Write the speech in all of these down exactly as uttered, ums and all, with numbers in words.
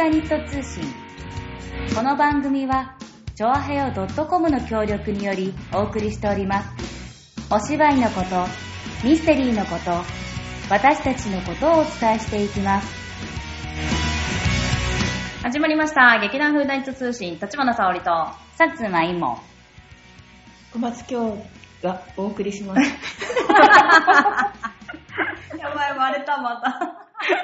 田ニット通信。この番組はチョアヘヨ .com の協力によりお送りしております。お芝居のこと、ミステリーのこと、私たちのことをお伝えしていきます。 始まりました。劇団フーダニット通信、立花沙織と薩摩いも小松京がお送りします。 やばい、割れた、また。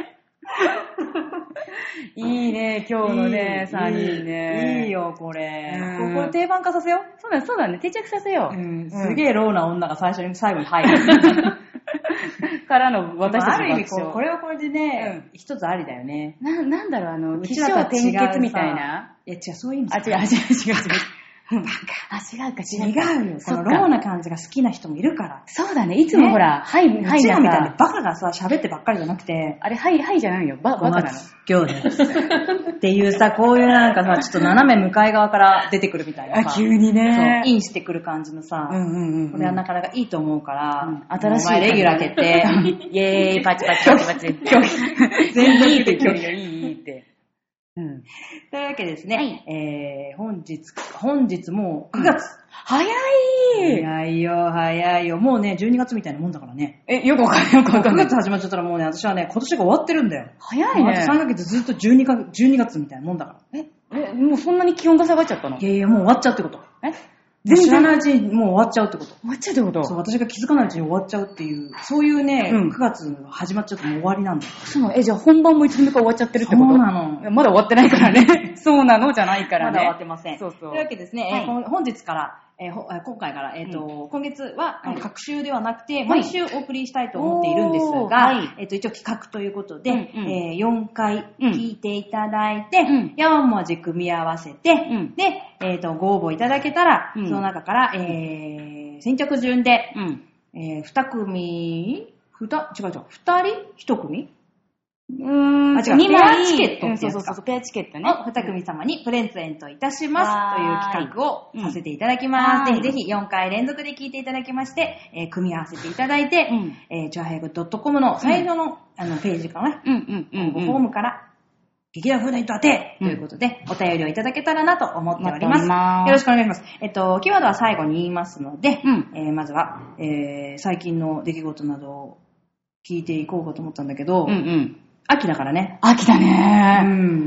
いいね、今日のね、さんにんね。 いいよ、これ。 うんこれ定番化させよう。 そうだ、そうだね、定着させよう。 うん、すげえローな女が最初に最後に入る。 からの私たちのある意味こう、 爆笑。 これはこれでね、うん、一つありだよね。 な、なんだろう、あの、 う起承ちらと違う転結みたいな。 いや、違う、そういう意味あ、違う、違う、違う、違う。あ、違うか、違うか。 違うよ。このローな感じが好きな人もいるから。 そうだね。いつもほら、はい、はい。 うちらみたいにバカがさ、喋ってばっかりじゃなくて。 あれ、はい、はいじゃないよ。バ、バカなの。 今日です。っていうさ、こういうなんかさ、ちょっと斜め向かい側から出てくるみたいなさ。 あ、急にね。 そう、インしてくる感じのさ。 うんうんうん。 これはなかなかいいと思うから。 うん、新しい。 お前レギュラー決定。 イェーイ、パチパチパチパチ。 拒否。全然いいって拒否。 いい、いいって。 うん。というわけですね。 はい、 えー、本日、本日もうくがつ。 早い早いよ、早いよ。もうね、じゅうにがつみたいなもんだからね。 え、よくわかんない、よくわかんない。 くがつ始まっちゃったらもうね、私はね、今年が終わってるんだよ。 早いね。 あとさんかげつずっとじゅうにがつ、じゅうにがつみたいなもんだから。 え、え、もうそんなに気温が下がっちゃったの？ いやいや、もう終わっちゃうってこと。 え全然知らないうちにもう終わっちゃうってこと。 終わっちゃうってこと？ そう、私が気づかないうちに終わっちゃうっていう、そういうね、うん、くがつ始まっちゃうともう終わりなんだよ。 そうなの？え、じゃあ本番もいつの間にか終わっちゃってるってこと？ そうなの。 まだ終わってないからね。そうなのじゃないからね。 まだ終わってません。 そうそう。 というわけですね、はい、えー、本日から、えー、今回から、えっ、ー、と、うん、今月は、はい、各週ではなくて、毎週お送りしたいと思っているんですが、はい、えっ、ー、と、一応企画ということで、うんうん、えー、よんかい聞いていただいて、うん、よん文字組み合わせて、うん、で、えっ、ー、と、ご応募いただけたら、うん、その中から、えー、先着順で、うんえー、に組、ふた、違う違う、ふたり ?ひと組うーん、 あ、違う、にまいチケットってやつか、うん、 そうそうそう、ペアチケットね。 をに組様にプレゼントいたしますという企画をさせていただきます。うん、ぜひぜひよんかい連続で聞いていただきまして、えー、組み合わせていただいて、うん、えー、チョアヘイ .com の最初の、うん、あのページかな、うんうんうんうん、フォームから、劇団フーダニット当てということで、お便りをいただけたらなと思っております。ますよろしくお願いします。えっと、キーワードは最後に言いますので、うんえー、まずは、えー、最近の出来事などを聞いていこうかと思ったんだけど、うんうん秋だからね。 秋だね。 うん。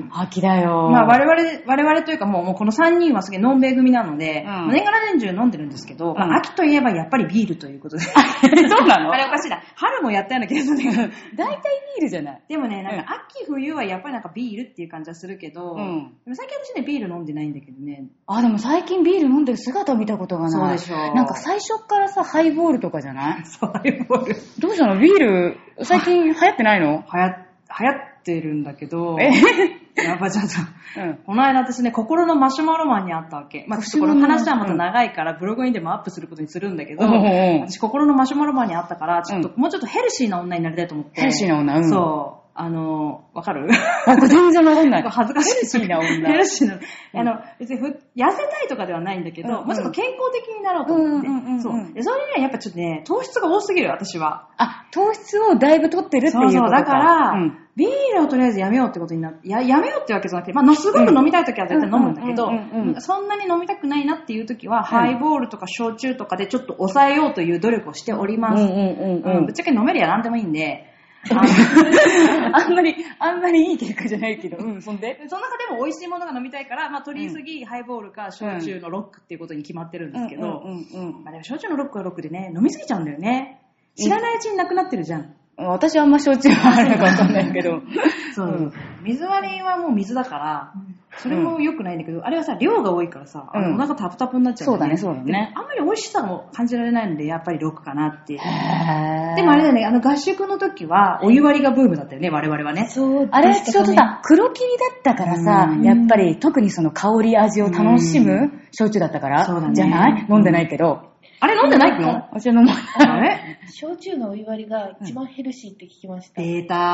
秋だよ。 まあ我々、我々というかもう、もうこのさんにんはすげえのんべい組なので、うん、年がら年中飲んでるんですけど、うん、まあ秋といえばやっぱりビールということで。 そうなの？ あれおかしいな。春もやったような気がするんだけど。 大体ビールじゃない。 でもね、なんか秋冬はやっぱりなんかビールっていう感じはするけど、うん、でも最近私ね、ビール飲んでないんだけどね。 あ、でも最近ビール飲んでる姿を見たことがない。 そうでしょ。 なんか最初からさ、ハイボールとかじゃない？ そう、ハイボール。 どうしたの？ビール、最近流行ってないの？ 流行っ流行ってるんだけど、 えやっぱちょっと、うん、この間私ね、心のマシュマロマンに会ったわけ。まあ、ちょっとこの話はまた長いから、ブログにでもアップすることにするんだけど、うん、私心のマシュマロマンに会ったから、ちょっと、うん、もうちょっとヘルシーな女になりたいと思って。 ヘルシーな女、うん、 そう。あの、わかる？ 全然わかんない。 恥ずかしい。 ヘルシーな女。 ヘルシーな。あの、別にふ痩せたいとかではないんだけど、うんうん、もうちょっと健康的になろうと思って。うんうんうんうん、そう。で、それにはやっぱちょっとね、糖質が多すぎる、私は。 あ、糖質をだいぶ取ってるっていうことか。 そうそう、だから、うん、ビールをとりあえずやめようってことになって、や、やめようってわけじゃなくて、まあ、すごく飲みたいときは絶対飲むんだけど、そんなに飲みたくないなっていうときは、うん、ハイボールとか焼酎とかでちょっと抑えようという努力をしております。うんうんうんうん、ぶっちゃけ飲めるやなんでもいいんで、 あんまり、あんまりいい結果じゃないけど、うん、そんでその中でも美味しいものが飲みたいから、まあ、取りすぎ、うん、ハイボールか焼酎のロックっていうことに決まってるんですけど、うんうんうんうん、まあ、でも焼酎のロックはロックでね、飲みすぎちゃうんだよね。知らないうちになくなってるじゃん。 私はあんま焼酎はあるのかわかんないけど。 そう、うん。水割りはもう水だから、それも良くないんだけど、うん、あれはさ、量が多いからさ、うん、お腹タプタプになっちゃう、ね。 そうだね、そうだね。 あんまり美味しさも感じられないので、やっぱりロックかなって。でもあれだよね、あの合宿の時は、お湯割りがブームだったよね、我々はね。 そう。あれ、ちょっとさ、黒霧だったからさ、やっぱり特にその香り、味を楽しむ焼酎だったから、そうだね、じゃない飲んでないけど。 あれ飲んでないの？ 私は飲まない。 あれ焼酎のお湯割りが一番ヘルシーって聞きました。 出たー。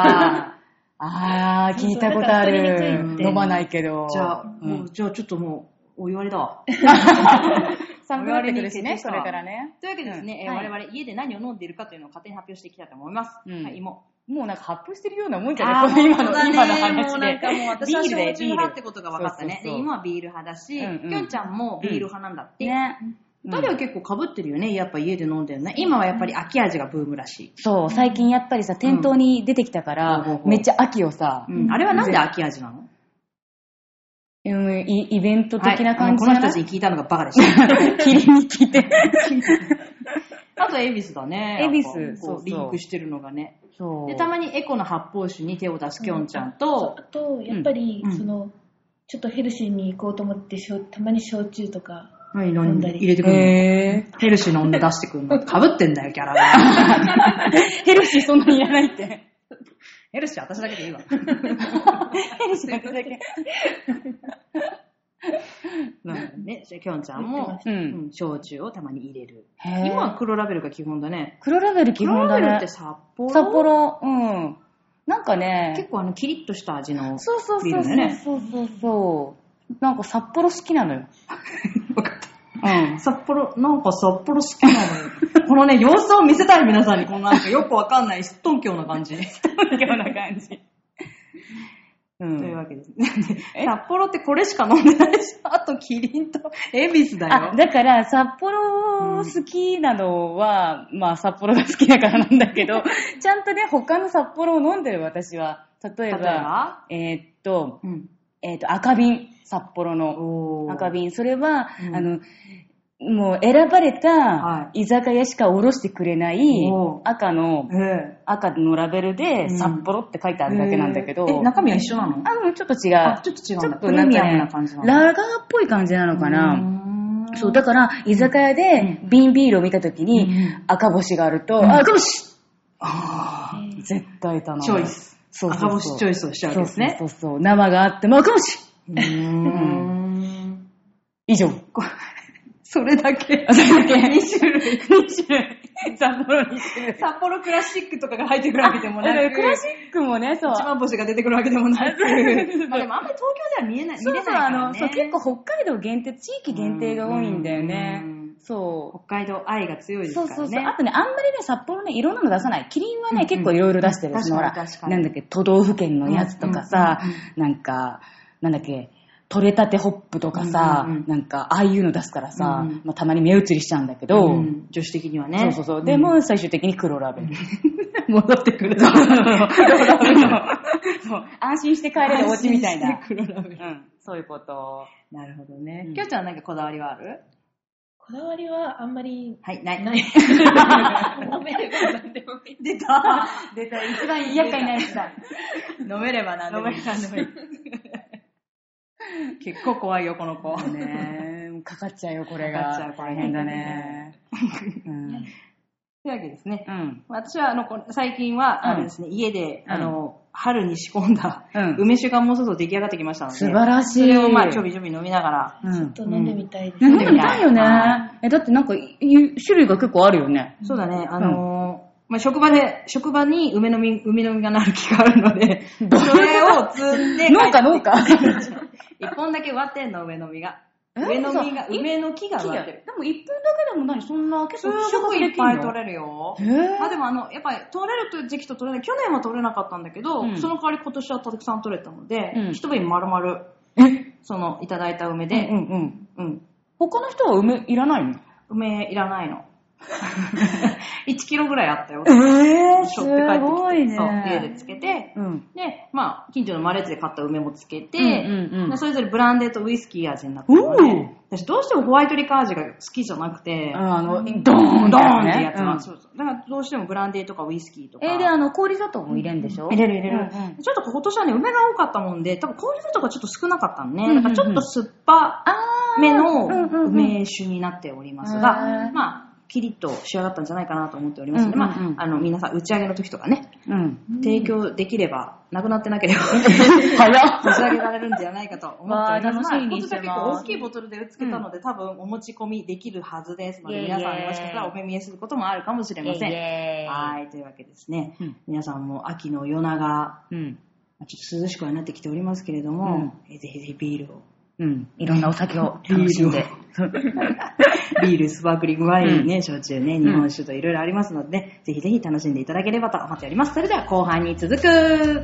あー、聞いたことある。飲まないけど。 じゃあ、うん、もうじゃあちょっともう、お湯割りだわ。 寒くなってくるしね、これからね。 というわけでですね、 うん我々家で何を飲んでいるかというのを勝手に発表していきたいと思います。 うん、 はい、芋。 もうなんか発表してるようなもんじゃないこの今の、今の話で。 もうなんかもう私はビールで焼酎派ってことが分かったね。 そうそうそうで、今はビール派だし、 うんうんきょんちゃんもビール派なんだって。 ね。 二人は結構被ってるよね。やっぱ家で飲んでるね。今はやっぱり秋味がブームらしい。 そう、最近やっぱりさ、店頭に出てきたから、 うんめっちゃ秋をさ、 うん、あれはなんで秋味なの？ うん、イイベント的な感じじゃない、 はい、この人たちに聞いたのがバカでした。 キリンに聞いて。 あと、恵比寿だね。 恵比寿。そうそう。 リンクしてるのがね。 そう。 で、たまにエコの発泡酒に手を出すきょんちゃんと、 あと、やっぱり、その、ちょっとヘルシーに行こうと思って、たまに焼酎とか飲んだり。 入れてくるの。 へヘルシー飲んで出してくるの。かぶってんだよ、キャラが。 ヘルシーそんなにいらないって。 ヘルシー私だけでいいわ。 ヘルシー私だけ。 なんね、きょんちゃんも、うん、焼酎をたまに入れる。今は黒ラベルが基本だね。 黒ラベル基本だね。 黒ラベルって札幌？ 札幌、うん。なんかね、 結構あのキリッとした味のビールだね。 そうそうそうそうそうそう。なんか札幌好きなのよ。 分かった。うん。札幌、なんか札幌好きなのよ。このね、様子を見せたい皆さんに、このなんかよくわかんないすっとんきょうな感じ。すっとんきょうな感じ。うん、というわけですね。札幌ってこれしか飲んでないし、あとキリンと恵比寿だよ。 あ、だから札幌好きなのは、うん、まあ札幌が好きだからなんだけど、ちゃんとね、他の札幌を飲んでる私は、例えば、例えばえー、っと、うん、えー、っと、赤瓶、札幌の赤瓶。それは、うん、あの、もう選ばれた居酒屋しかおろしてくれない赤の、赤のラベルで札幌って書いてあるだけなんだけど。 え、中身は一緒なの？ あ、もうちょっと違う。あ、 ちょっと違うんだ。 ちょっとなんかね、ラガーっぽい感じなのかな。そう、だから居酒屋で瓶ビールを見たときに赤星があると、あ、赤星！絶対頼む。 チョイス。そうそうそう。赤星チョイスをしちゃうんですね。 そうそうそう。生があっても赤星！うーん。以上。 それだけ。 それだけ。 に種類。 に種類。札幌に種類。 札幌クラシックとかが入ってくるわけでもなく。 クラシックもね、そう。 一番星が出てくるわけでもなく。まあでもあんまり東京では見えない、見れないからね。 そうそう、あの、そう、結構北海道限定、地域限定が多いんだよね。そう。 北海道愛が強いですからね。 そうそうそう。あとね、あんまりね、札幌ね、いろんなの出さない。キリンはね、結構いろいろ出してる。そのほら、なんだっけ、都道府県のやつとかさ、なんか、なんだっけ、取れたてホップとかさ、うんうんうん、なんか、ああいうの出すからさ、うんまあ、たまに目移りしちゃうんだけど、うん、 女子的にはね。 そうそうそう。でも、最終的に黒ラベル。戻ってくる。そう安心して帰れるお家みたいな。黒ラベル。うん。そういうこと。 なるほどね。きょうちゃんなんかこだわりはある？ こだわりはあんまり。 はい、ない。 ない。飲めれば何でもいい。 出た。 出た。一番厄介なやつだ。 飲めれば何でもいい。飲めれば何でもいい。結構怖いよ、この子。 ねかかっちゃうよ、これが。 かかっちゃう、 大変だね。 うん、というわけですね。うん、私はあの最近は、あのですね、家で、あの、春に仕込んだ梅酒がもうそろそろ出来上がってきましたので。 素晴らしい。 それをまあ、ちょびちょび飲みながら。 ちょっと飲んでみたいです。 飲んでみたいよね。え、だってなんか、種類が結構あるよね。 そうだね。あのまあ、職場で、職場に梅の実、梅の実がなる木があるので、それを摘んで。 農家農家一本だけ割ってんの、梅の実が。梅の実が、梅の木が割ってる。 でも一本だけでも何そんな結構すごくいっぱい取れるよ。まあでもあの、やっぱり取れる時期と取れない。去年は取れなかったんだけど、うん、その代わり今年はたくさん取れたので、うん、一瓶丸々、その、いただいた梅で、 うんうんうん。他の人は梅いらないの？ 梅いらないの。いちキロぐらいあったよ。 えー、 しょって帰ってきて。 すごいね。 そう、家でつけて、うん、で、まあ、近所のマレッジで買った梅もつけて、うんうんうん、それぞれブランデーとウイスキー味になってるので、私どうしてもホワイトリカー味が好きじゃなくて、 あの、ドーンドーンってやつは、うん、そうそう。だからどうしてもブランデーとかウイスキーとか。 えー、で、あの、氷砂糖も入れるんでしょ？ 入れる入れる、うんうん。ちょっと今年はね、梅が多かったもんで、多分氷砂糖がちょっと少なかったのね。うんうんうん、だからちょっと酸っぱめの梅酒になっておりますが、うん、まあ、キリッと仕上がったんじゃないかなと思っておりますので、うんうんうん、まあ、あの、皆さん打ち上げの時とかね、うん、提供できれば、なくなってなければ、差し上げられるんじゃないかと思っております。まあ、楽しみにしてます。まあ、結構大きいボトルでつけたので、うん、多分お持ち込みできるはずですので、皆さんもしかしたらお目見えすることもあるかもしれません。はい、というわけですね。うん、皆さんも秋の夜長、うん、ちょっと涼しくはなってきておりますけれども、うん、ぜひぜひビールを。 うん、いろんなお酒を楽しんで。 ビール、スパークリングワインね、うん、焼酎ね、日本酒といろいろありますので、ね、ぜひぜひ楽しんでいただければと思っております。それでは後半に続く。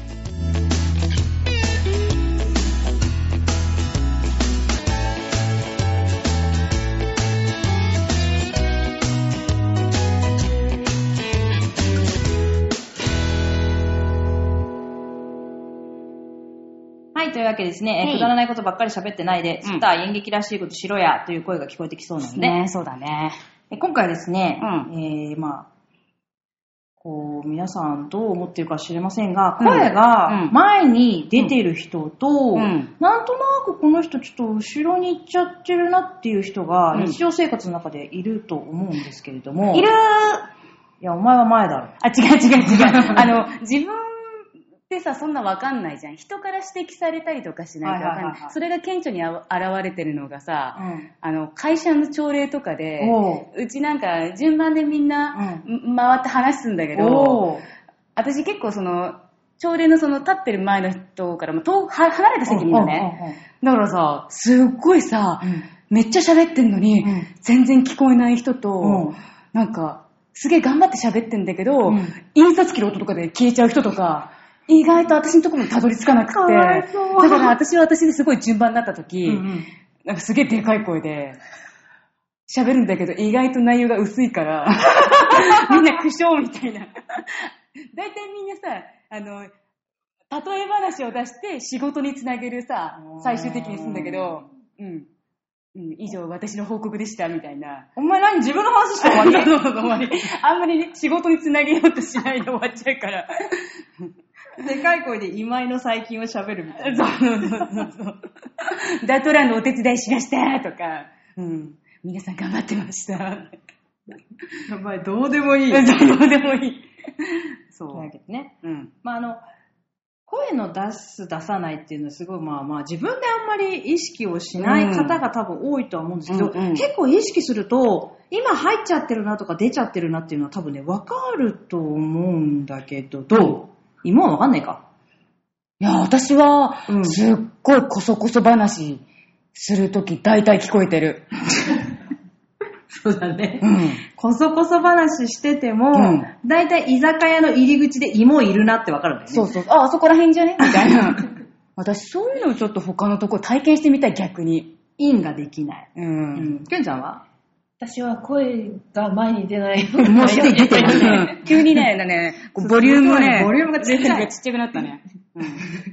はい、というわけですね、えー、くだらないことばっかり喋ってないで、つった演劇らしいことしろやという声が聞こえてきそうなので、 ね、そうだね。 え今回はですね、 うん、 えー、まあ、こう、皆さんどう思っているか知れませんが、声が前に出てる人と、うんうん、なんとなくこの人ちょっと後ろに行っちゃってるなっていう人が日常生活の中でいると思うんですけれども。 いるー。 いや、お前は前だろ。 あ、違う違う違う。あの、自分でさ、そんなわかんないじゃん。人から指摘されたりとかしないとわかんない。はいはいはいはい、それが顕著に現れてるのがさ、うん、あの、会社の朝礼とかで、うちなんか順番でみんな、うん、回って話すんだけど、私結構その、朝礼のその立ってる前の人からも遠離れた席にいるのね。だからさ、すっごいさ、うん、めっちゃ喋ってんのに、うん、全然聞こえない人と、うん、なんか、すげえ頑張って喋ってんだけど、うん、印刷機の音とかで消えちゃう人とか、意外と私のところにたどり着かなくて、かわいそう。だから私は私ですごい順番になった時、うんうん、なんかすげえでかい声で喋るんだけど、意外と内容が薄いから、みんな苦笑みたいな。だいたいみんなさ、あの、例え話を出して仕事につなげるさ、最終的にするんだけど、うん。うん、以上私の報告でしたみたいな。 お前何自分の話して終わりそうそうそう終わり。あんまりね、仕事につなげようとしないで終わっちゃうから。 でかい声で今井の最近を喋るみたいな。 そうそうそうそう。ダトランのお手伝いしましたとか、うん。皆さん頑張ってました。やばい、どうでもいい。 どうでもいい。 そう。だけどね。うん。まあ、あの、声の出す、出さないっていうのはすごい、まあまあ、自分であんまり意識をしない方が多分多いとは思うんですけど、うんうん、結構意識すると、今入っちゃってるなとか出ちゃってるなっていうのは多分ね、わかると思うんだけど、どう？今はわかんないか？ いや、私は、すっごいコソコソ話するとき、大体聞こえてる。 そうだね。うん。コソコソ話してても、うん、大体居酒屋の入り口で芋いるなってわかるんだよね。 そうそう。あ、あそこら辺じゃねみたいな。私、そういうのをちょっと他のとこ体験してみたい、逆に。 インができない。 うん。うん。 ケンちゃんは？ 私は声が前に出ない。 もうすでに出てるね。急にね、ね、ボリュームね、 ボリュームがちっちゃい。 ちっちゃくなったね。うん。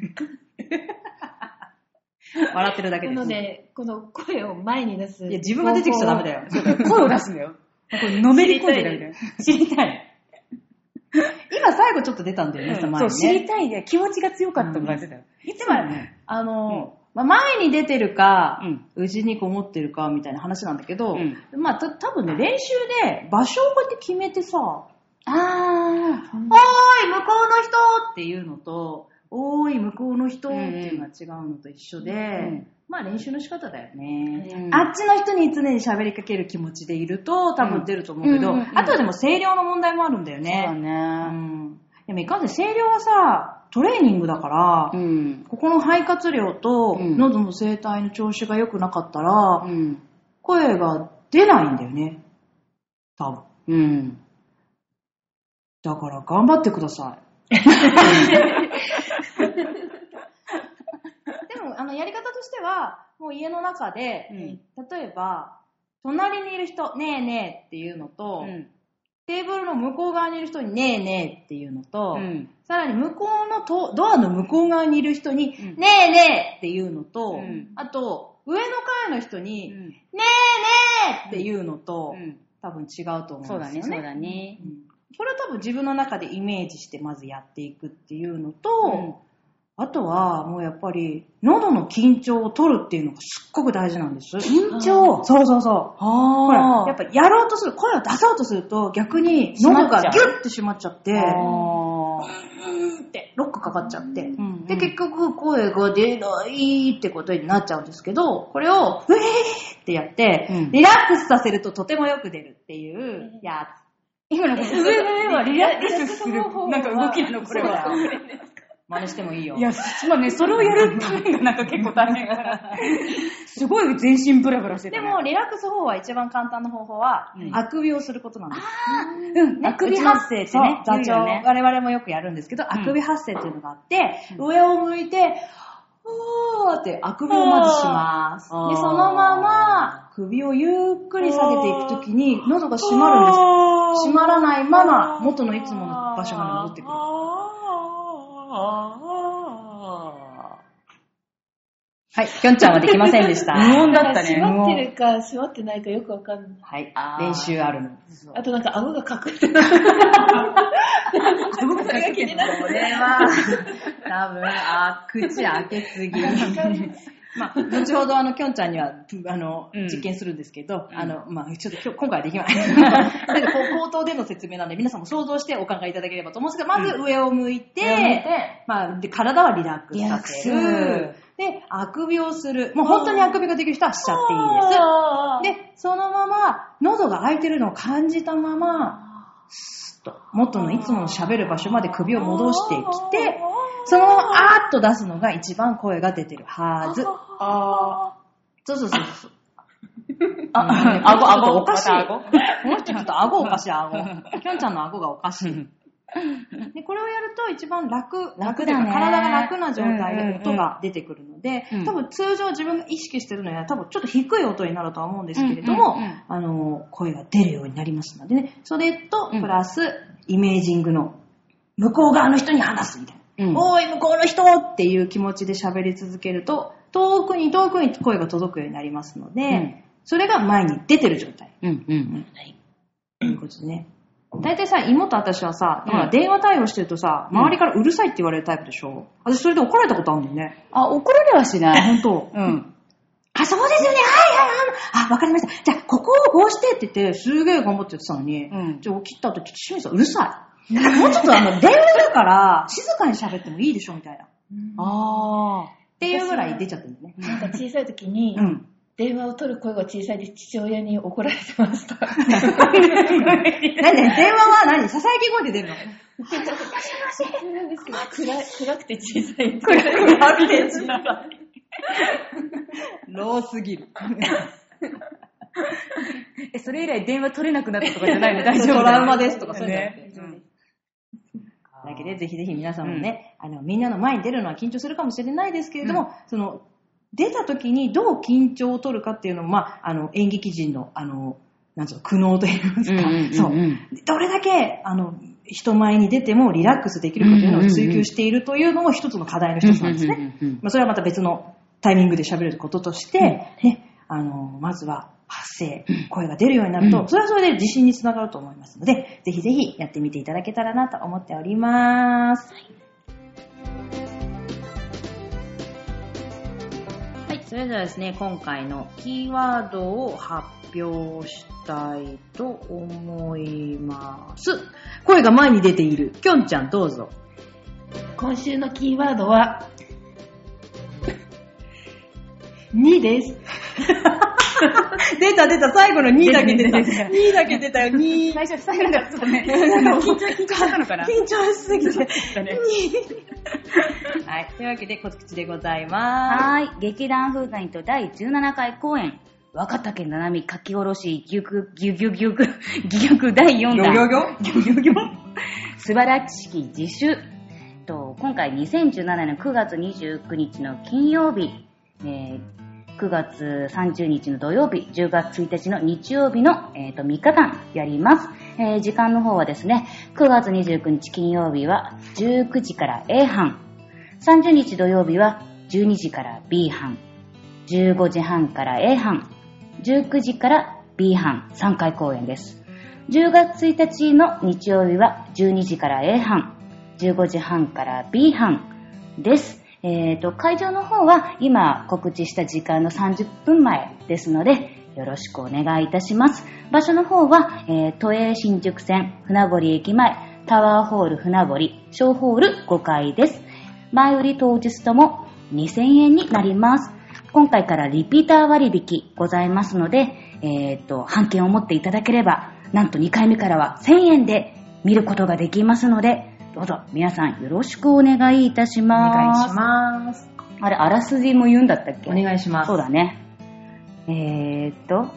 笑ってるだけです。 なので、この声を前に出す。 いや、自分が出てきちゃダメだよ。 そうだよ。声を出すんだよ。これ、のめり込んでるみたいな。知りたい。 今最後ちょっと出たんだよね、うん、前にね。 そう、知りたいで気持ちが強かったのが出たよ。 いつもね、あの、まあ、前に出てるか、うち、ん、にこもってるかみたいな話なんだけど、うん、まあ、た多分ね、練習で場所をこうやって決めてさ、 あー、おーい、 向こうの人っていうのと、おーい、向こうの人っていうのは違うのと一緒で、うん、まあ練習の仕方だよね、うん。あっちの人に常に喋りかける気持ちでいると多分出ると思うけど、うんうんうんうん、あとはでも声量の問題もあるんだよね。 そうだね。 うん、でもいかんせん声量はさ、トレーニングだから、うん、ここの肺活量と喉の声帯の調子が良くなかったら、うん、声が出ないんだよね。多分。 うん。 だから頑張ってください。でもあのやり方としてはもう家の中で、うん、例えば隣にいる人ねえねえっていうのと、うん、テーブルの向こう側にいる人にねえねえっていうのと、うん、さらに向こうのとドアの向こう側にいる人に、うん、ねえねえっていうのと、うん、あと上の階の人に、うん、ねえねえっていうのと、うん、多分違うと思うんですよね。 そうだね、そうだね。うん、 これは多分自分の中でイメージしてまずやっていくっていうのと、うん、あとはもうやっぱり喉の緊張を取るっていうのがすっごく大事なんです。 緊張？ そうそうそう。ほら、やっぱやろうとする、声を出そうとすると逆に喉がギュッて締まっちゃって、うーんってロックかかっちゃって、うんうん、で結局声が出ないってことになっちゃうんですけど、これをウェーってやって、うん、リラックスさせるととてもよく出るっていうやつ。 今の上の上はリラックスするなんか動きなのこれは。 真似してもいいよ。 いや、まあね、それをやるためがなんか結構大変から。すごい全身ブラブラしてた、ね。 でも、リラックス方法は一番簡単な方法は、うん、あくびをすることなんです。 あうん、ね、あくび発声ってね、 座長、ね、我々もよくやるんですけど、あくび発声っていうのがあって、うん、上を向いて、おーってあくびをまずします。で、そのまま、首をゆっくり下げていくときに、喉が閉まるんです。閉まらないまま、元のいつもの場所まで戻ってくる。はい、きょんちゃんはできませんでした。 無音だったね。 閉まってるか閉まってないかよくわかんない。 はい、練習あるの。 あとなんか顎が隠れてる。 顎が隠れてる。これは、多分、あ、口開けすぎ。まあ、後ほどあの、きょんちゃんには、あの、うん、実験するんですけど、うん、あの、まあ、ちょっと今日、今回はできない。口頭での説明なので、皆さんも想像してお考えいただければと思うんですが、まず上を向いて、うん、まあ、で、体はリラックスさせる。で、あくびをする。もう本当にあくびができる人はしちゃっていいです。で、そのまま、喉が開いてるのを感じたまま、スッと、元のいつもの喋る場所まで首を戻してきて、そのままあーっと出すのが一番声が出てるはず。あー。そうそうそうそう。あ、顎、顎おかしい。この人ちょっと顎おかしい、顎。きょんちゃんの顎がおかしい。でこれをやると一番楽、楽だね。体が楽な状態で音が出てくるので、うんうんうん、多分通常自分が意識してるのは多分ちょっと低い音になるとは思うんですけれども、うんうんうん、あの、声が出るようになりますのでね、それとプラスイメージングの向こう側の人に話すみたいな。うん、おーい、向こうの人っていう気持ちで喋り続けると、遠くに遠くに声が届くようになりますので、うん、それが前に出てる状態。うんうんうん。はい。ということでね。大体さ、妹と私はさ、うん、ほら電話対応してるとさ、周りからうるさいって言われるタイプでしょ。私それで怒られたことあるんだよね。 あ、怒られはしない。 ほんと。うん。あ、そうですよね。はいはいはい。あ、わかりました。じゃあ、ここをこうしてって言って、すげえ頑張って言ってたのに、うん、じゃあ起きた後、清水さんうるさい。もうちょっとあの、電話だから、静かに喋ってもいいでしょみたいな。あー。っていうぐらい出ちゃってるんだね。 なんか小さい時に、うん、電話を取る声が小さいで父親に怒られてました。何電話は何囁き声で出るのもしもしなんですけど暗い、暗くて小さい。 暗くて小さい。ローすぎる。 え、それ以来電話取れなくなったとかじゃないの？大丈夫？ トラウマですとかそういうのね。だけでぜひぜひ皆さんもね、うん、あのみんなの前に出るのは緊張するかもしれないですけれども、うん、その出た時にどう緊張を取るかっていうのも、まあ、あの演劇人のあのなんつうの苦悩といいますか、うんうんうんうん、そうどれだけあの人前に出てもリラックスできるかというのを追求しているというのも一つの課題の一つなんですね。まあ、それはまた別のタイミングで喋れることとして、うんね、あのまずは発声、声が出るようになると、それはそれで自信につながると思いますので、ぜひぜひやってみていただけたらなと思っております。はい、それではですね、今回のキーワードを発表したいと思います。声が前に出ているきょんちゃんどうぞ。 今週のキーワードはにです。 出た出た、最後のにだけ出た。にだけ出たよ、に。 最初塞がなかったね。緊張、緊張したのかな？ 緊張しすぎて。はい。というわけで、こつくちでございます。 はい。劇団風雅とだいじゅうななかい公演、若竹七海書き下ろし、ぎゅぐ、ぎゅぎゅぎゅぐ、ぎゅぐだいよんだん。 ぎょぎょぎょぎょぎょぎょ素晴らしき自主。と、今回にせんじゅうななねんくがつにじゅうくにちの金曜日、えーくがつさんじゅうにちの土曜日、じゅうがつついたちの日曜日の、えー、とみっかかんやります、えー。時間の方はですね、くがつにじゅうくにち金曜日はじゅうくじから A 班、さんじゅうにち土曜日はじゅうにじから B 班、じゅうごじはんから A 班、じゅうくじから B 班、さんかい公演です。じゅうがつついたちの日曜日はじゅうにじから A 班、じゅうごじはんから B 班です。えーと、会場の方は今告知した時間のさんじゅっぷんまえですので、よろしくお願いいたします。場所の方は、えー、都営新宿線船堀駅前、タワーホール船堀、小ホールごかいです。前売り当日ともにせんえんになります。今回からリピーター割引ございますので、えーと、半券を持っていただければ、なんとにかいめからはせんえんで見ることができますので、 どうぞ皆さんよろしくお願いいたします。 お願いします。 あれ、あらすじも言うんだったっけ？ お願いします。 そうだね。えーっと、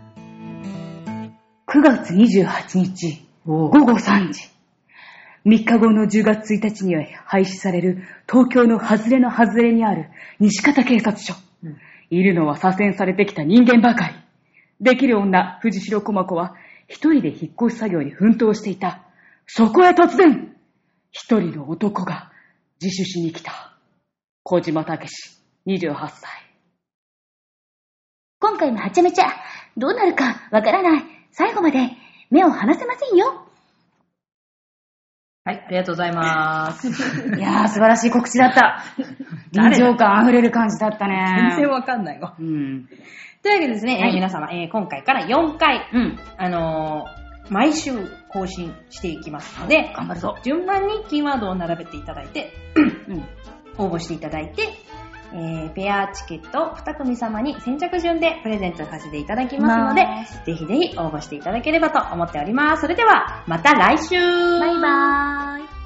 くがつにじゅうはちにちごごさんじ。みっかごのじゅうがつついたちには廃止される東京の外れの外れにある西方警察署。うん、いるのは左遷されてきた人間ばかり。できる女、藤代駒子は一人で引っ越し作業に奮闘していた。そこへ突然、一人の男が自首しに来た。小島武史、にじゅうはっさい。今回もはちゃめちゃ、どうなるかわからない。最後まで目を離せませんよ。 はい、ありがとうございます。 いやー、素晴らしい告知だった。臨場感あふれる感じだったね。 全然わかんないわ。 うん。 というわけでですね、はい、えー、皆様、えー、今回からよんかい、うん、あのー、毎週更新していきますので、 頑張るぞ。 順番にキーワードを並べていただいて、うん、応募していただいて、えー、ペアチケットに組様に先着順でプレゼントさせていただきますので、ぜひぜひ応募していただければと思っております。それでは、また来週。 バイバーイ。